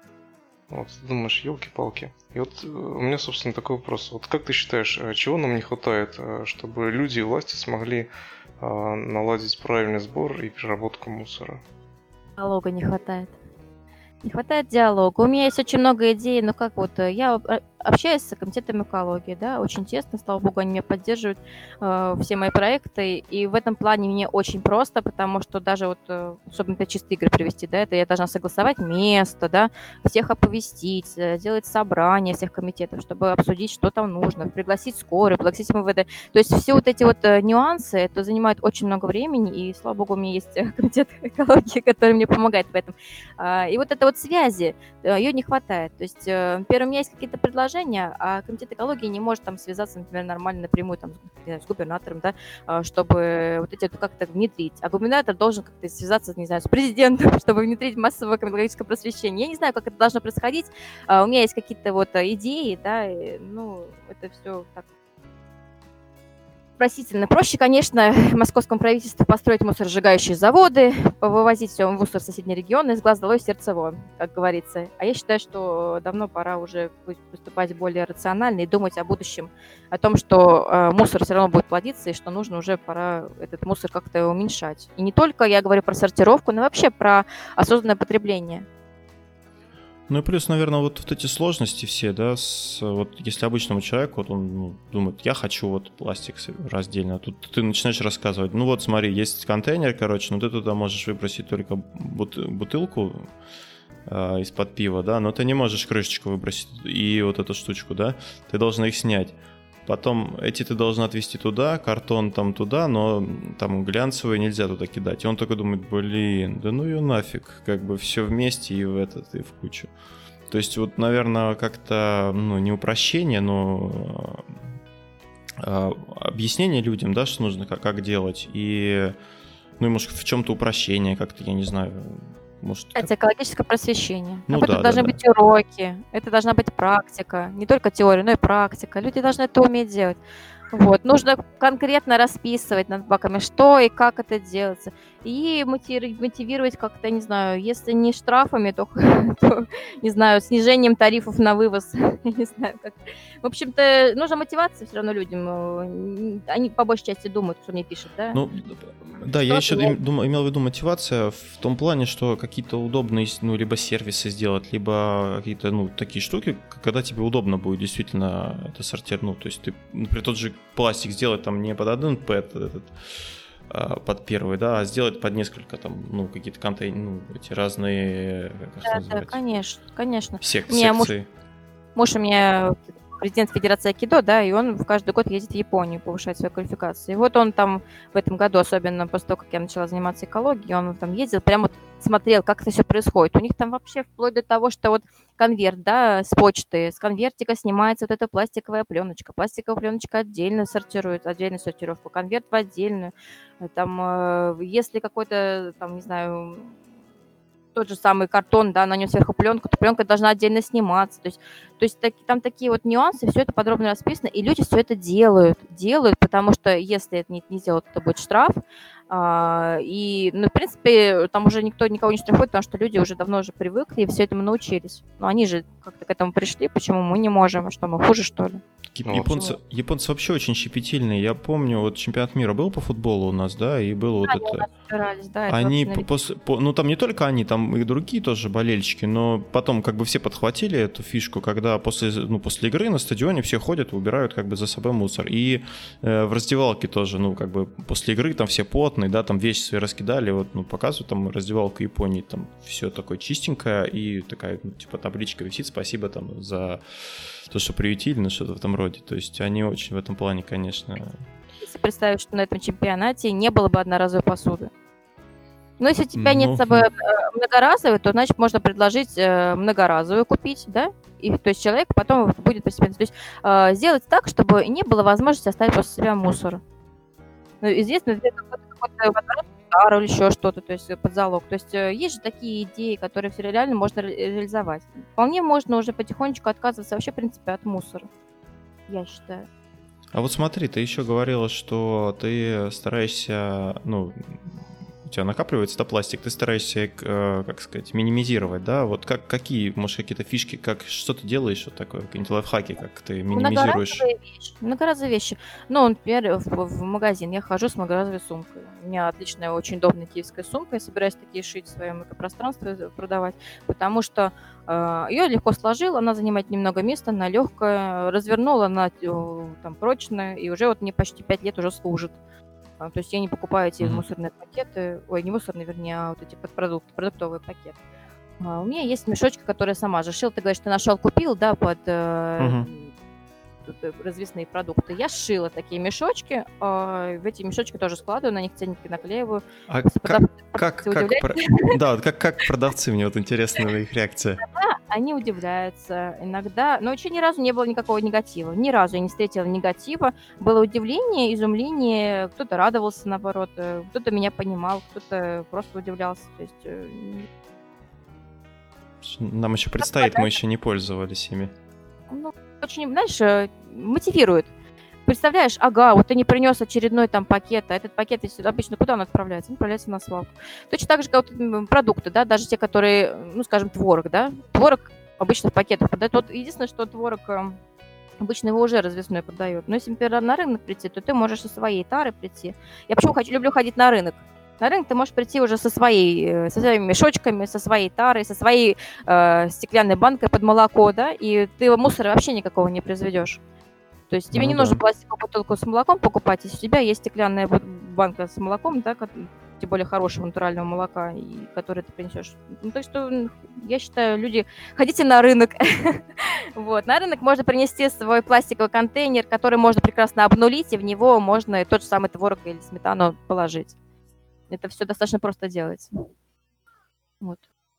Вот, ты думаешь, елки-палки. И вот э, у меня, собственно, такой вопрос. Вот как ты считаешь, э, чего нам не хватает, э, чтобы люди и власти смогли э, наладить правильный сбор и переработку мусора? Диалога не хватает. Не хватает диалога. У меня есть очень много идей, но как вот э, я об- общаюсь с комитетом экологии, да, очень тесно, слава богу, они меня поддерживают, э, все мои проекты, и в этом плане мне очень просто, потому что даже вот, э, чтобы, например, чистые игры провести, да, это я должна согласовать место, да, всех оповестить, э, делать собрание всех комитетов, чтобы обсудить, что там нужно, пригласить скорую, пригласить эм вэ дэ. То есть все вот эти вот э, нюансы, это занимает очень много времени, и, слава богу, у меня есть э, комитет экологии, который мне помогает в этом. А, И вот эта вот связи, ее не хватает. То есть, э, например, у меня есть какие-то предложения, а комитет экологии не может там связаться, например, нормально напрямую там, не знаю, с губернатором, да, а, чтобы вот эти вот как-то внедрить. А губернатор должен как-то связаться, не знаю, с президентом, чтобы внедрить массовое экологическое просвещение. Я не знаю, как это должно происходить. А, У меня есть какие-то вот э, идеи, да, и, ну, это все так Просительно. Проще, конечно, московскому правительству построить мусоросжигающие заводы, вывозить все мусор в соседние регионы, из глаз долой, сердце вон, как говорится. А я считаю, что давно пора уже выступать более рационально и думать о будущем, о том, что э, мусор все равно будет плодиться, и что нужно уже пора этот мусор как-то уменьшать. И не только я говорю про сортировку, но вообще про осознанное потребление. Ну и плюс, наверное, вот, вот эти сложности все, да, с, вот если обычному человеку, вот он ну, думает, я хочу вот пластик раздельно, тут ты начинаешь рассказывать, ну вот смотри, есть контейнер, короче, но ты туда можешь выбросить только бут- бутылку э, из-под пива, да, но ты не можешь крышечку выбросить и вот эту штучку, да, ты должен их снять. Потом эти ты должен отвезти туда, картон там туда, но там глянцевые нельзя туда кидать. И он такой думает, блин, да ну ее нафиг, как бы все вместе и в этот, и в кучу. То есть вот, наверное, как-то, ну, не упрощение, но а, объяснение людям, да, что нужно, как, как делать, и, ну, и, может, в чем-то упрощение как-то, я не знаю, может... Это экологическое просвещение. Ну Об этом да, да, должны да. быть уроки, это должна быть практика. Не только теория, но и практика. Люди должны это уметь делать. Вот. Нужно конкретно расписывать над баками, что и как это делается. И мотиви- мотивировать как-то, не знаю, если не штрафами, то, то, не знаю, снижением тарифов на вывоз. Я не знаю, как. В общем-то, нужна мотивация все равно людям. Э, Они по большей части думают, что мне пишут, да? Ну, да, я Что-то еще я- думал, имел в виду мотивация в том плане, что какие-то удобные, ну, либо сервисы сделать, либо какие-то, ну, такие штуки, к- когда тебе удобно будет действительно это сортировать. Ну, то есть ты, например, тот же пластик сделать там не под один пэт, этот, а, под первый, да, а сделать под несколько там, ну, какие-то контейнеры, ну, эти разные, как их Да, да, называть, конечно, конечно. Сек- У меня муж секции. Муж у меня президент Федерации айкидо, да, и он в каждый год ездит в Японию повышать свою квалификацию. И вот он там в этом году, особенно после того, как я начала заниматься экологией, он там ездил, прямо вот смотрел, как это все происходит. У них там вообще вплоть до того, что вот конверт, да, с почты, с конвертика снимается вот эта пластиковая пленочка. Пластиковая пленочка отдельно сортирует, отдельную сортировку, конверт в отдельную. Э, Там, э, если какой-то, там, не знаю, тот же самый картон, да, на нем сверху пленка, то пленка должна отдельно сниматься. То есть, то есть таки- там такие вот нюансы, все это подробно расписано, и люди все это делают, делают, потому что если это не, не сделают, то будет штраф. А, и, ну, в принципе, там уже никто никого не штрафует, потому что люди уже давно уже привыкли и все этому научились. Но они же как-то к этому пришли, почему мы не можем, что мы хуже, что ли? Яп- Ну, Японцы, японцы вообще очень щепетильные. Я помню, вот чемпионат мира был по футболу у нас, да, и было вот Они у это... нас собирались, да, это Они вообще по- после, по- ну там не только они, там и другие тоже болельщики, но потом как бы все подхватили эту фишку, когда после, ну, после игры на стадионе все ходят и убирают как бы за собой мусор. И э, в раздевалке тоже, ну как бы после игры там все потные, да, там вещи свои раскидали, вот, ну показывают там раздевалку Японии, там все такое чистенькое и такая, ну, типа табличка висит, спасибо там за то, что приютили, ну что-то в этом роде. То есть они очень в этом плане, конечно... Если представить, что на этом чемпионате не было бы одноразовой посуды. Но если у тебя нет Ну, с собой э, многоразовой, то, значит, можно предложить э, многоразовую купить, да? И, то есть человек потом будет постепенно... То есть э, сделать так, чтобы не было возможности оставить после себя мусор. Ну, известно, где какой-то какой-то водородный шар или еще что-то, то есть э, под залог. То есть э, есть же такие идеи, которые все реально можно ре- реализовать. Вполне можно уже потихонечку отказываться вообще, в принципе, от мусора, я считаю. А вот смотри, ты еще говорила, что ты стараешься, ну, у тебя накапливается, да, пластик, ты стараешься, э, как сказать, минимизировать, да? Вот как, какие, может, какие-то фишки, как, что ты делаешь, вот такое, какие-нибудь лайфхаки, как ты минимизируешь? Многоразовые вещи. Многоразовые вещи. Ну, например, в, в магазин я хожу с многоразовой сумкой. У меня отличная, очень удобная киевская сумка. Я собираюсь такие шить в своем экопространстве, продавать, потому что э, ее легко сложила, она занимает немного места, она легкая, развернула, она э, там прочная, и уже вот мне почти пять лет уже служит. А, То есть я не покупаю эти Мгм. мусорные пакеты, ой, не мусорные, вернее, а вот эти подпродукты, продуктовые пакеты. А, У меня есть мешочки, которые я сама же шила. Ты говоришь, ты нашел, купил, да, под э, Мгм. тут, э, развесные продукты. Я сшила такие мешочки, а, в эти мешочки тоже складываю, на них ценники наклеиваю. А Все как, продавцы как, как, удивляются, про- да, вот как, как продавцы, мне вот интересна их реакция. они удивляются иногда, но вообще ни разу не было никакого негатива. Ни разу я не встретила негатива. Было удивление, изумление, кто-то радовался, наоборот, э, кто-то меня понимал, кто-то просто удивлялся. То есть э, Нам еще предстоит, мы еще не пользовались ими. ну, очень, знаешь, э, мотивирует. Представляешь, ага, вот ты не принес очередной там пакет, а этот пакет если обычно куда он отправляется? Он отправляется на свалку. Точно так же, как вот, м, продукты, да, даже те, которые, ну, скажем, творог, да, творог обычно в пакетах подают. Вот единственное, что творог эм, обычно его уже развесной подают. Но если, например, на рынок прийти, то ты можешь со своей тары прийти. Я почему хочу, люблю ходить на рынок? На рынок ты можешь прийти уже со своей, э, со своими мешочками, со своей тарой, со своей э, стеклянной банкой под молоко, да, и ты мусора вообще никакого не произведешь. То есть тебе Ну не нужно да. пластиковую бутылку с молоком покупать, если у тебя есть стеклянная бу- банка с молоком, да, ко- тем более хорошего натурального молока, и который ты принесешь. Ну, так что м, я считаю, люди, ходите на рынок. Вот, на рынок можно принести свой пластиковый контейнер, который можно прекрасно обнулить, и в него можно и тот же самый творог или сметану положить. Это все достаточно просто делать. Вот.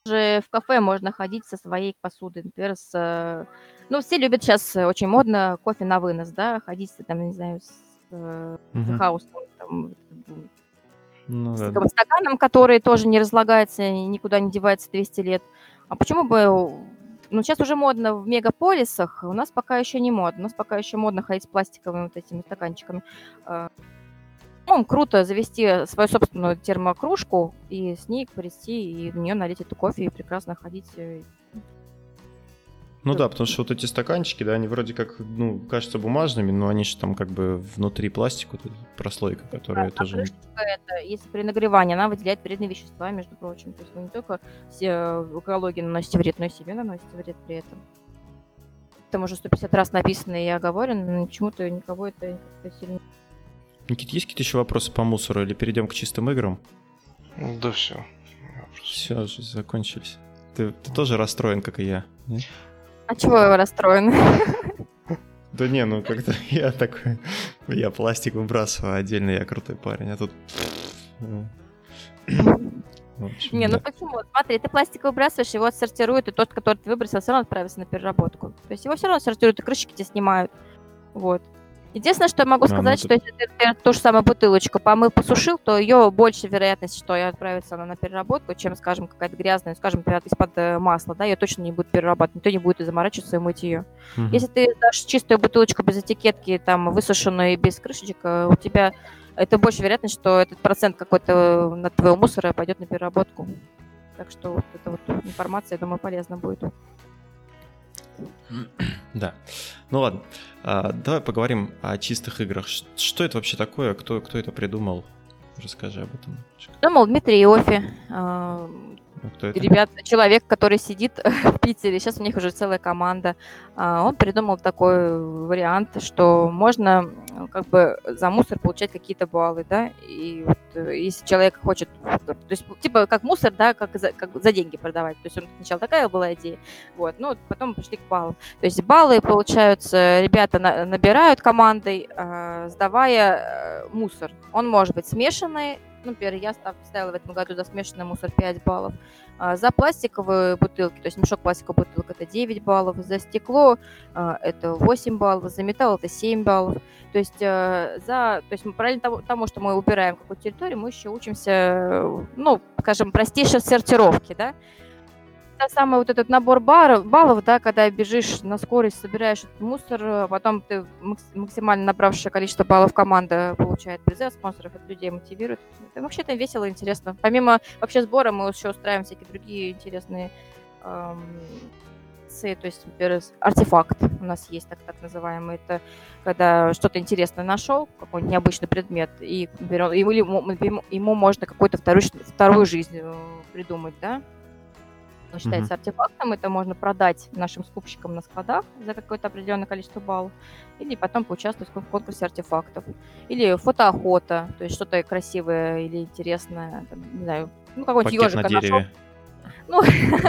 Даже в кафе можно ходить со своей посудой, например, с... э, Ну, все любят сейчас, э, очень модно кофе на вынос, да, ходить, с, там, не знаю, с э, Мгм. хаусом, там, Ну с да. таким стаканом, который тоже не разлагается и никуда не девается двести лет. А почему бы... э, Ну, сейчас уже модно в мегаполисах, у нас пока еще не модно. У нас пока еще модно ходить с пластиковыми вот этими стаканчиками. Э, Ну, круто завести свою собственную термокружку и с ней прийти и в нее налить эту кофе и прекрасно ходить. э, Ну э, да, потому что вот эти стаканчики, да, они вроде как, ну, кажутся бумажными, но они же там как бы внутри пластик, вот эта прослойка, А которая а тоже... крышечка эта, если при нагревании, она выделяет вредные вещества, между прочим. То есть вы не только се- в экологии наносите вред, но и себе наносите вред при этом. Там уже сто пятьдесят раз написано и оговорено, но почему-то никого это как-то сильно... Никит, есть какие-то еще вопросы по мусору или перейдем к чистым играм? Да все. Все же закончились. Ты, ты тоже расстроен, как и я? Нет? А чего вы расстроены? Да не, ну как-то я такой... Я пластик выбрасываю, а отдельно я крутой парень, а тут... В общем, Не, ну да. почему? Смотри, ты пластик выбрасываешь, его отсортируют, и тот, который ты выбросил, все равно отправится на переработку. То есть его все равно сортируют, и крышечки тебе снимают. Вот. Единственное, что я могу А, ну сказать, тут- что если ты, например, ту же самую бутылочку помыл, посушил, то ее больше вероятность, что ее отправится она на переработку, чем, скажем, какая-то грязная, скажем, например, из-под э, масла, да, ее точно не будет перерабатывать, никто не будет заморачиваться и мыть ее. Мгм. Если ты дашь чистую бутылочку без этикетки, там, высушенную и без крышечек, э, у тебя это больше вероятность, что этот процент какой-то на твоего мусора пойдет на переработку. Так что вот эта вот информация, я думаю, полезна будет. Да. Ну ладно. А, давай поговорим о чистых играх. Ш- Что это вообще такое? Кто, кто это придумал? Расскажи об этом. Думал, Дмитрий Иоффе, а, Ну, кто это? ребят, человек, который сидит в Питере, сейчас у них уже целая команда, а, он придумал такой вариант, что можно м, как бы за мусор получать какие-то баллы, да, и вот, э, если человек хочет, то есть типа как мусор, да, как за, как за деньги продавать, то есть он сначала такая была идея, вот, ну вот потом пришли к баллам, то есть баллы, получаются, ребята на- набирают командой, а, сдавая э, мусор, он может быть смешанный, ну, например, я став- ставила в этом году за смешанный мусор пять баллов. А, За пластиковые бутылки, то есть мешок пластиковых бутылок, это девять баллов. За стекло а, это восемь баллов. За металл это семь баллов. То есть, э, за, то есть мы параллельно тому, тому, что мы убираем какую-то территорию, мы еще учимся, э, ну, скажем, простейшей сортировке, да. Та самый вот этот набор бар- баллов, да, когда бежишь на скорость, собираешь этот мусор, а потом ты макс- максимально набравшее количество баллов команда получает призы от спонсоров, это людей мотивирует. Это вообще-то весело и интересно. Помимо вообще сбора мы еще устраиваем всякие другие интересные эм, акции, то есть, например, с- артефакт у нас есть так, так называемый. Это когда что-то интересное нашел, какой-нибудь необычный предмет, и например, ему, ему, ему можно какую-то вторую, ш- вторую жизнь э, придумать, да, он считается артефактом, это можно продать нашим скупщикам на складах за какое-то определенное количество баллов, или потом поучаствовать в конкурсе артефактов. Или фотоохота, то есть что-то красивое или интересное, там, не знаю, ну какой-нибудь Пакет на ежика нашел. дереве. Ну,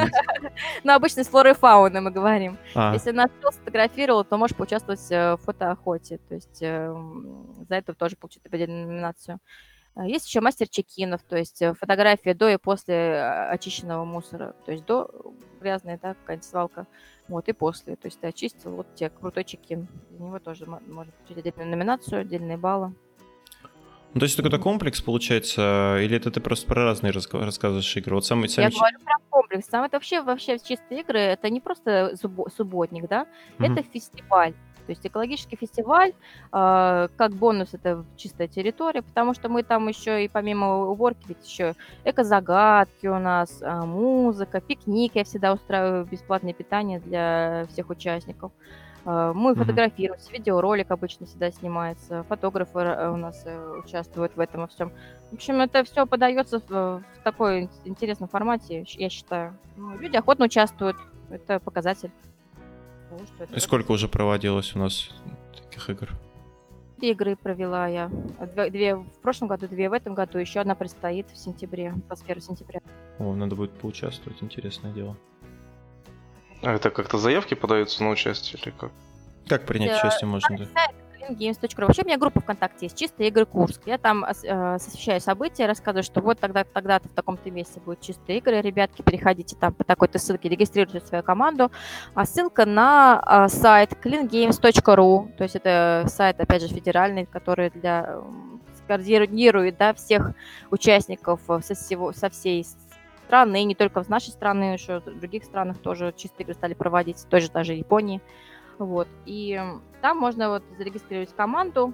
на обычной с флорой и фауны мы говорим. А, Если нашел, сфотографировал, то можешь поучаствовать э, в фотоохоте, то есть э, м, за это тоже получить определенную номинацию. А, Есть еще мастер чекинов, то есть э, фотография до и после э, очищенного мусора. То есть до э, грязная, да, какая-нибудь свалка, вот, и после. То есть ты очистил, вот тебе крутой чекин. За него тоже мо- можно получить отдельную номинацию, отдельные баллы. ну, то есть это какой-то комплекс получается, или это ты просто про разные раска- рассказываешь игры? Вот самый, Я сами... говорю про комплекс. Там это вообще, вообще чистые игры, это не просто зубо- субботник, да, Мгм. это фестиваль. То есть экологический фестиваль, э, как бонус это чистая территория, потому что мы там еще и помимо уборки, ведь еще эко-загадки у нас, а, музыка, пикник, я всегда устраиваю бесплатное питание для всех участников. Э, Мы Мгм. фотографируемся, видеоролик обычно всегда снимается, фотографы э, у нас э, участвуют в этом во всем. В общем, это все подается в, в такой ин- интересном формате, щ- я считаю. Ну, люди охотно участвуют, это показатель того, что это И сколько уже проводилось у нас таких игр? Три игры провела я. Две, две в прошлом году, две в этом году, еще одна предстоит в сентябре, двадцать первого сентября. О, надо будет поучаствовать, интересное дело. А это как-то заявки подаются на участие или как? Как принять Э, участие можно, да? Сайт cleangames точка ру. Вообще у меня группа ВКонтакте есть «Чистые игры Курск». Я там ос- э, освещаю события, рассказываю, что вот тогда, тогда-то в таком-то месте будут чистые игры. Ребятки, переходите там по такой-то ссылке, регистрируйте свою команду. А ссылка на а, сайт cleangames точка ру. То есть это сайт, опять же, федеральный, который для м, координирует, да, всех участников э, со, всего, со всей страны, не только в нашей стране, еще в других странах тоже чистые игры стали проводить, той же даже Японии. Вот. И м, там можно вот зарегистрировать команду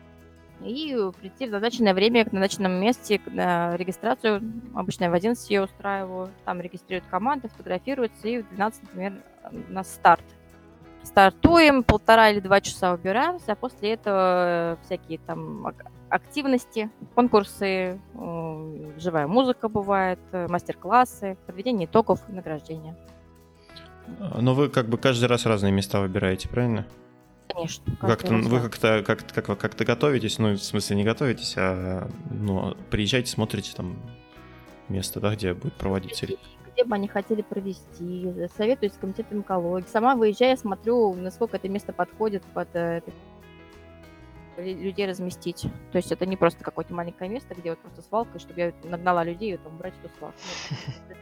и прийти в назначенное время к назначенному месте на регистрацию. Обычно я в одиннадцать ее устраиваю. Там регистрируют команды, фотографируются, и в двенадцать, например, у нас старт. Стартуем, полтора или два часа убираемся, а после этого всякие там ак- активности, конкурсы, м, живая музыка бывает, э, мастер-классы, подведение итогов и награждения. Но вы как бы каждый раз разные места выбираете, правильно? Конечно, Вы каждый Как-то, раз вы разное. как-то, как, как, вы как-то готовитесь, ну, в смысле не готовитесь, а ну, приезжаете, смотрите там место, да, где будет проводиться. Где где бы они хотели провести, советуюсь с комитетом экологии. Сама выезжаю, смотрю, насколько это место подходит под э, лю- людей разместить. То есть это не просто какое-то маленькое место, где вот просто свалка, и чтобы я нагнала людей и там убрать эту свалку. Нет.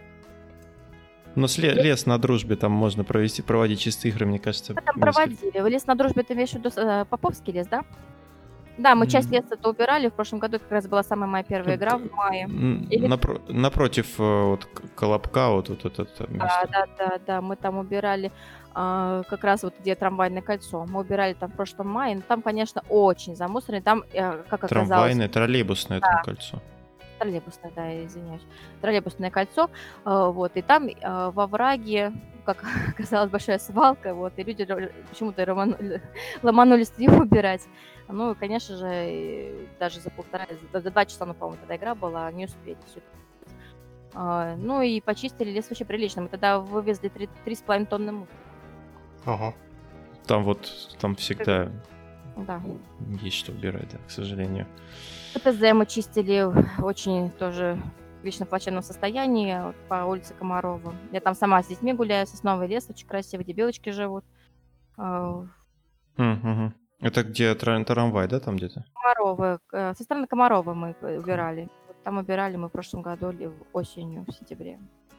Но с ле- лес на Дружбе там можно провести, проводить чистые игры, мне кажется. Мы там несколько- проводили. Лес на Дружбе, ты имеешь в виду э, Поповский лес, да? Да, мы часть М. леса-то убирали. В прошлом году как раз была самая моя первая игра в мае. М, Или- напро- напротив э, вот к- Колобка, вот, вот это Да, место. да, да, да, мы там убирали а, как раз вот где трамвайное кольцо. Мы убирали там в прошлом мае, но там, конечно, очень замусорено. Там, э, как оказалось, Трамвайное, троллейбусное там кольцо. троллейбусное, да, я извиняюсь, троллейбусное кольцо, э, вот, и там э, во враге, как оказалось, большая свалка, вот, и люди ро- почему-то роману- ломанулись ее убирать. Ну, и, конечно же, и даже за полтора, за, за два часа, ну, по-моему, тогда игра была, не успели все это. А, ну, и почистили лес вообще прилично. Мы тогда вывезли три, три с половиной тонны мусора. Ага. Там вот, там всегда Да. есть что убирать, да, к сожалению. ПТЗ мы чистили в очень тоже вечно плачевном состоянии вот по улице Комарова. Я там сама с детьми гуляю, сосновый лес, очень красивый, где белочки живут. А, М, мгм. Это где тра- трамвай, да, там где-то? Комарова, э, со стороны Комарова мы п- убирали. Вот там убирали мы в прошлом году ли- осенью, в сентябре.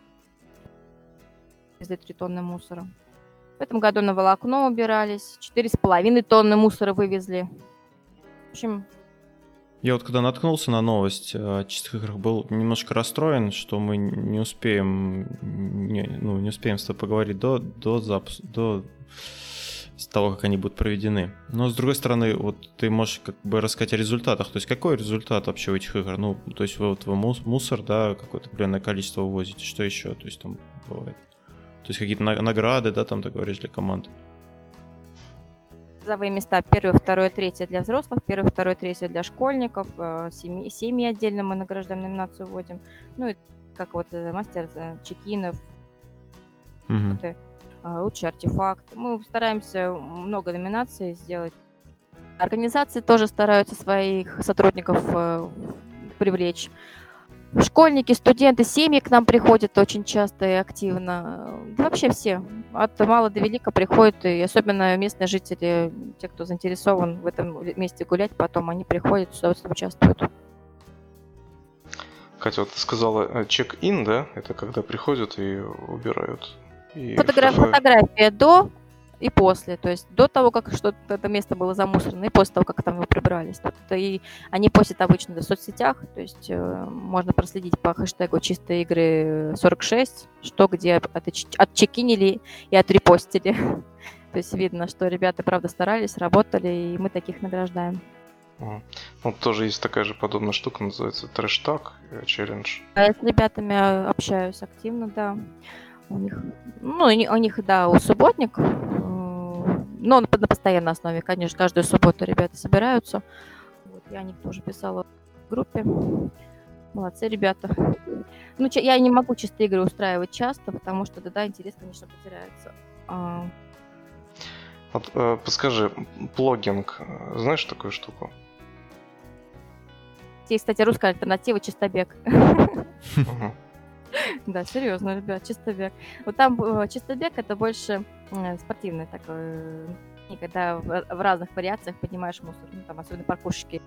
Везли три тонны мусора. В этом году на волокно убирались, четыре с половиной тонны мусора вывезли. В общем, Я вот когда наткнулся на новость о чистых играх, был немножко расстроен, что мы не успеем, не, ну, не успеем с тобой поговорить до, до запуска, до с того, как они будут проведены. Но с другой стороны, вот ты можешь как бы рассказать о результатах. То есть какой результат вообще у этих игр? Ну, то есть вы вот вы мус- мусор, да, какое-то определенное количество вывозите. Что еще? То есть там бывает? То есть какие-то на- награды, да, там ты говоришь, для команд. призовые места первое, второе, третье для взрослых, первое, второе, третье для школьников, э, семьи, семьи отдельно мы награждаем, номинацию вводим. Ну и как вот э, мастер э, Чекинов, Мгм. э, лучший артефакт. Мы стараемся много номинаций сделать. Организации тоже стараются своих сотрудников э, привлечь. Школьники, студенты, семьи к нам приходят очень часто и активно. Да вообще все. От мала до велика приходят, и особенно местные жители, те, кто заинтересован в этом месте гулять, потом они приходят, с удовольствием участвуют. Катя, вот ты сказала э, чек-ин, да? Это когда приходят и убирают. И в Фотогра- кафе- Фотография до и после. То есть до того, как что-то это место было замусорено, и после того, как там его прибрались. Тут это и они постят обычно в соцсетях, то есть э, можно проследить по хэштегу «Чистые игры сорок шесть», что где оточ- отчекинили и отрепостили. То есть видно, что ребята, правда, старались, работали, и мы таких награждаем. Мгм. Ну, тоже есть такая же подобная штука, называется трэш-так э, челлендж. А я с ребятами э, общаюсь активно, да. У них, ну, у ни- у них, да, у субботник, э, но на, на постоянной основе, конечно, каждую субботу ребята собираются. Вот, я о них тоже писала в группе. Молодцы ребята. Ну, че- я не могу чистые игры устраивать часто, потому что тогда интерес, конечно, потеряется. А, Вот, э, подскажи, м, плогинг, э, знаешь такую штуку? Есть, кстати, русская альтернатива «Чистобег». Мгм. Да, серьезно, ребят, чистобег. Вот там э, чистобег это больше э, спортивный такой, э, когда в, в разных вариациях поднимаешь мусор, ну, там, особенно паркурщики.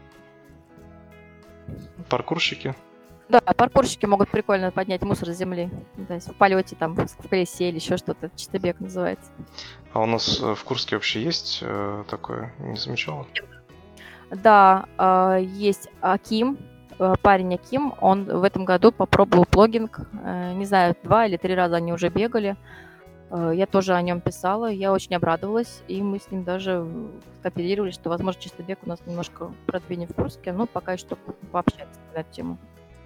Паркурщики? Да, паркурщики могут прикольно поднять мусор с земли. То есть в полете, там, в колесе или еще что-то, чистый бег называется. А у нас в Курске вообще есть э, такое? Не замечала? Да, э, есть Аким, э, парень Аким, он в этом году попробовал плогинг. Э, не знаю, два или три раза они уже бегали. Э, я тоже о нем писала, я очень обрадовалась, и мы с ним даже кооперировали, что, возможно, чистый бег у нас немножко продвинем в Курске, но пока еще пообщаться на эту тему.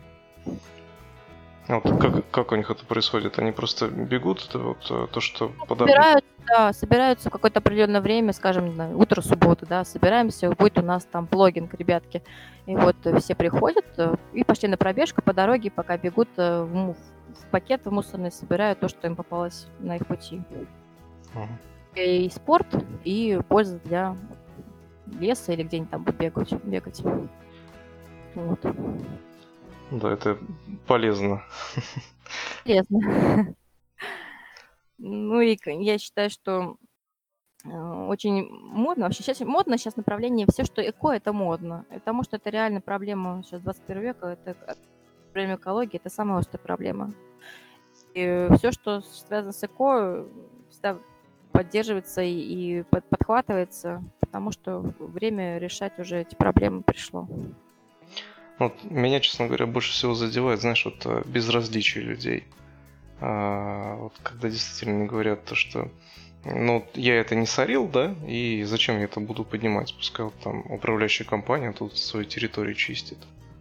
Вот как, как у них это происходит? Они просто бегут, это вот то, что подают? Собираются, да, собираются в какое-то определенное время, скажем, на утро субботы, да, собираемся, будет у нас там плогинг, ребятки. И вот все приходят и пошли на пробежку по дороге, пока бегут в, му- в пакет в мусорный, собирают то, что им попалось на их пути. Ага. И спорт, и польза для леса или где-нибудь там будут бегать. бегать. Вот. Да, это полезно. Полезно. Ну и к- я считаю, что э, очень модно, вообще сейчас модно сейчас направление, все, что эко, это модно. Потому что это реально проблема сейчас двадцать первого века, это к- проблема экологии, это самая острая проблема. И все, что связано с эко, всегда поддерживается и, и под- подхватывается, потому что время решать уже эти проблемы пришло. Вот меня, честно говоря, больше всего задевает, знаешь, вот э, безразличие людей. А, вот когда действительно говорят то, что ну, вот я это не сорил, да, и зачем я это буду поднимать? Пускай вот там управляющая компания тут свою территорию чистит.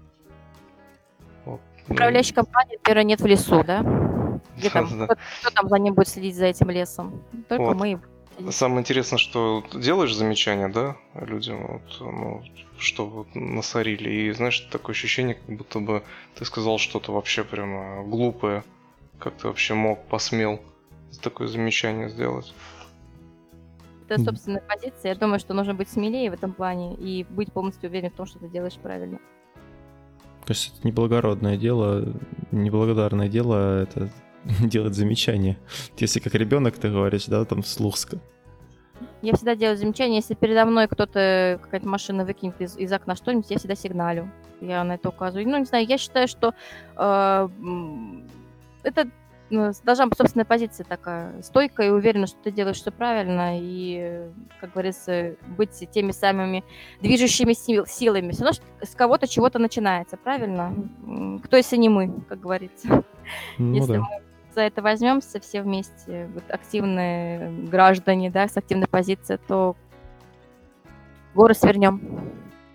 Вот. Ну, Управляющей компании, например, нет в лесу, да? Где там, да-да-да. кто, кто там за ним будет следить за этим лесом? Только Вот. мы. Самое интересное, что делаешь замечания, да, людям, вот, ну, что вот насорили, и знаешь, такое ощущение, как будто бы ты сказал что-то вообще прямо глупое, как ты вообще мог, посмел такое замечание сделать. Это собственная позиция. Я думаю, что нужно быть смелее в этом плане и быть полностью уверен в том, что ты делаешь правильно. Кажется, это неблагородное дело, неблагодарное дело это делать замечания. Если как ребенок ты говоришь, да, там вслух. ска- Я всегда делаю замечание, если передо мной кто-то, какая-то машина выкинет из, из окна что-нибудь, я всегда сигналю. Я на это указываю. Ну, не знаю, я считаю, что э, м, это ну, должна быть собственная позиция такая, стойкая и уверена, что ты делаешь все правильно, и, как говорится, быть теми самыми движущими сил- силами. Все равно с кого-то чего-то начинается, правильно? М, Кто, если не мы, как говорится. Ну Если да. мы за это возьмемся все вместе, вот активные граждане, да, с активной позицией, то горы свернем.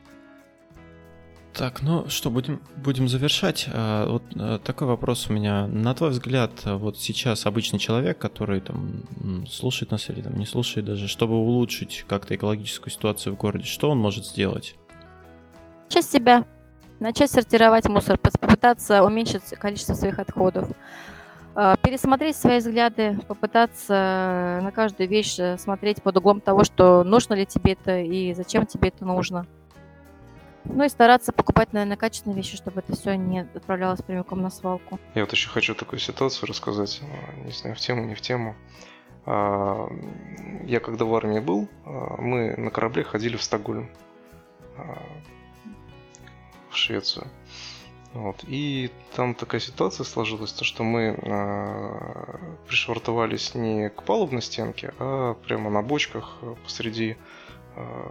Так, ну что, будем, будем завершать. А, вот а, такой вопрос у меня. На твой взгляд, а, вот сейчас обычный человек, который там м, слушает нас или там не слушает даже, чтобы улучшить как-то экологическую ситуацию в городе, что он может сделать? Начать с себя, начать сортировать мусор, пос- попытаться уменьшить количество своих отходов, э, пересмотреть свои взгляды, попытаться на каждую вещь э, смотреть под углом того, что нужно ли тебе это и зачем тебе это нужно. Ну и стараться покупать, наверное, качественные вещи, чтобы это все не отправлялось прямиком на свалку. Я вот еще хочу такую ситуацию рассказать, а, не знаю, в тему, не в тему. А, Я когда в армии был, а, мы на корабле ходили в Стокгольм, а, в Швецию. Вот. И там такая ситуация сложилась, то что мы а, пришвартовались не к палубной стенке, а прямо на бочках а, посреди а,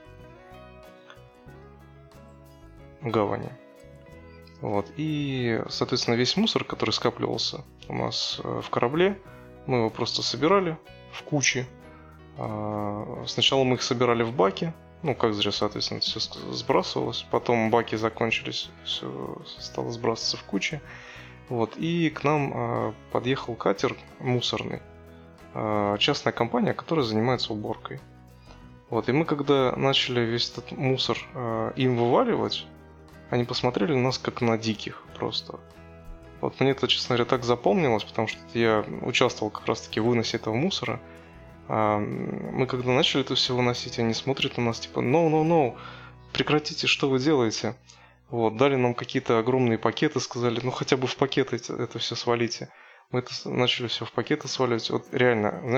гавани. Вот. И, соответственно, весь мусор, который скапливался у нас э, в корабле, мы его просто собирали в кучи. А, Сначала мы их собирали в баки, ну, как зря, соответственно, все сбрасывалось. Потом баки закончились, все стало сбрасываться в кучи. Вот. И к нам а, подъехал катер мусорный, а, частная компания, которая занимается уборкой. Вот. И мы, когда начали весь этот мусор а, им вываливать, они посмотрели на нас как на диких просто. Вот мне это, честно говоря, так запомнилось, потому что я участвовал как раз-таки в выносе этого мусора. А, Мы когда начали это все выносить, они смотрят на нас типа «No, no, no, прекратите, что вы делаете?» Вот, дали нам какие-то огромные пакеты, сказали «Ну хотя бы в пакеты это, это все свалите». Мы это с- начали все в пакеты сваливать. Вот реально, знаешь, вот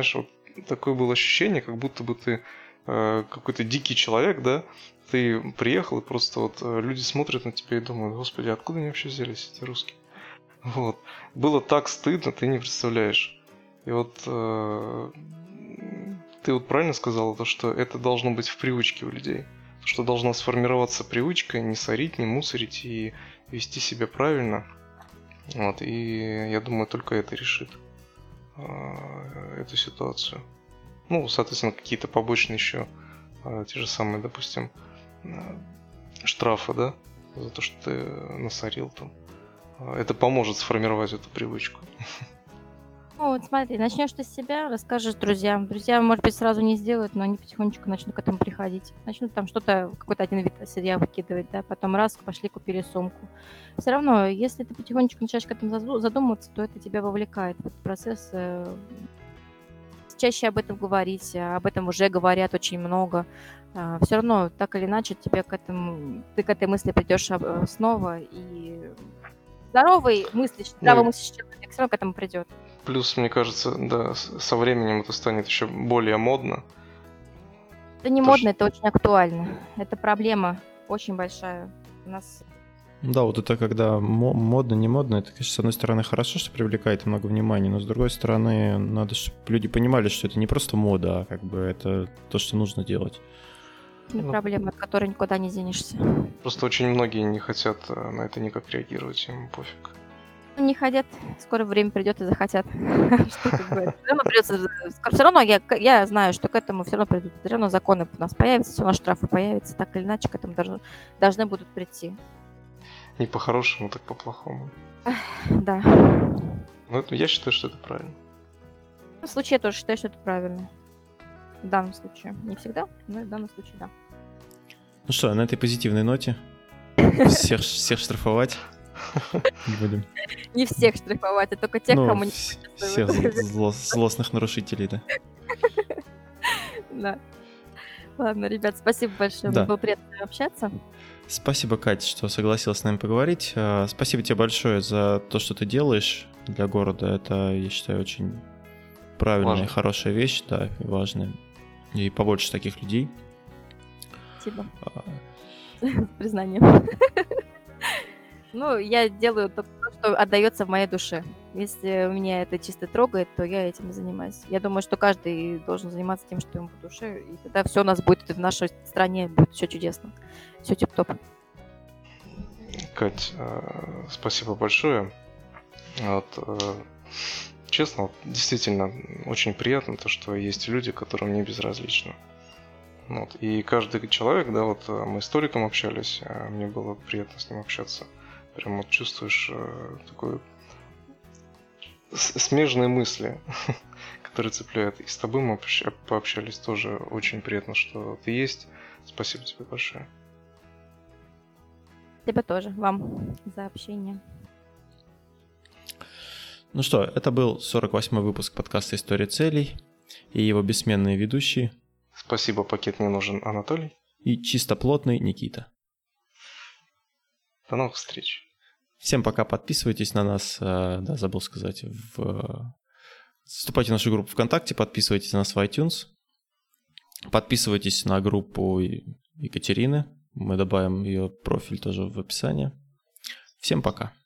такое было ощущение, как будто бы ты э, какой-то дикий человек, да, ты приехал, и просто вот э, люди смотрят на тебя и думают, господи, откуда они вообще взялись, эти русские? Вот. Было так стыдно, ты не представляешь. И вот э, ты вот правильно сказала, то, что это должно быть в привычке у людей. Что должна сформироваться привычка не сорить, не мусорить и вести себя правильно. Вот. И я думаю, только это решит э, эту ситуацию. Ну, соответственно, какие-то побочные еще, э, те же самые, допустим, э, штрафы, да, за то, что ты насорил там. Это поможет сформировать эту привычку. Ну, вот смотри, начнешь ты с себя, расскажешь друзьям. Друзья, может быть, сразу не сделают, но они потихонечку начнут к этому приходить. Начнут там что-то, какой-то один вид себя выкидывать, да, потом раз, пошли, купили сумку. Все равно, если ты потихонечку начинаешь к этому задумываться, то это тебя вовлекает в этот процесс. Чаще об этом говорить, об этом уже говорят очень много. Все равно, так или иначе, тебе к этому, ты к этой мысли придешь снова, и здоровый мыслящий, здравомыслящий человек все равно к этому придет. Плюс, мне кажется, да, со временем это станет еще более модно. Это не То модно, что... это очень актуально. Это проблема очень большая. У нас... Да, вот это когда модно, не модно, это, конечно, с одной стороны хорошо, что привлекает много внимания, но с другой стороны надо, чтобы люди понимали, что это не просто мода, а как бы это то, что нужно делать. Это ну, проблема, от которой никуда не денешься. Просто очень многие не хотят на это никак реагировать, им пофиг. Не хотят, скоро время придет и захотят. Все равно я, я знаю, что к этому все равно придут. Все равно законы у нас появятся, все равно штрафы появятся, так или иначе к этому должны, должны будут прийти. Не по-хорошему, так по-плохому. Да. Ну, я считаю, что это правильно. В случае я тоже считаю, что это правильно. В данном случае. Не всегда, но в данном случае, да. Ну что, на этой позитивной ноте всех, всех штрафовать не будем. Не всех штрафовать, а только тех, ну, кому не хочется. Всех зло, злостных нарушителей, да. Да. Ладно, ребят, спасибо большое. Да. Было приятно общаться. Спасибо, Катя, что согласилась с нами поговорить. Спасибо тебе большое за то, что ты делаешь для города. Это, я считаю, очень правильная Важно. и хорошая вещь, да, и важная. И побольше таких людей. Спасибо. С признанием. Ну, я делаю то, что отдается в моей душе. Если меня это чисто трогает, то я этим и занимаюсь. Я думаю, что каждый должен заниматься тем, что ему по душе, и тогда все у нас будет в нашей стране, будет все чудесно. Все тип-топ. Кать, спасибо большое. Вот, честно, вот, действительно, очень приятно то, что есть люди, которым не безразлично. Вот, и каждый человек, да, вот мы с Толиком общались, мне было приятно с ним общаться. Прям вот чувствуешь э, такой смежные мысли, которые цепляют. И с тобой мы пообщались тоже. Очень приятно, что ты есть. Спасибо тебе большое. Тебе тоже, вам за общение. Ну что, это был сорок восьмой выпуск подкаста «История целей» и его бессменные ведущие. Спасибо, пакет не нужен, Анатолий. И чистоплотный Никита. До новых встреч. Всем пока, подписывайтесь на нас, да, забыл сказать, в... вступайте в нашу группу ВКонтакте, подписывайтесь на нас в iTunes, подписывайтесь на группу Екатерины, мы добавим ее профиль тоже в описании. Всем пока.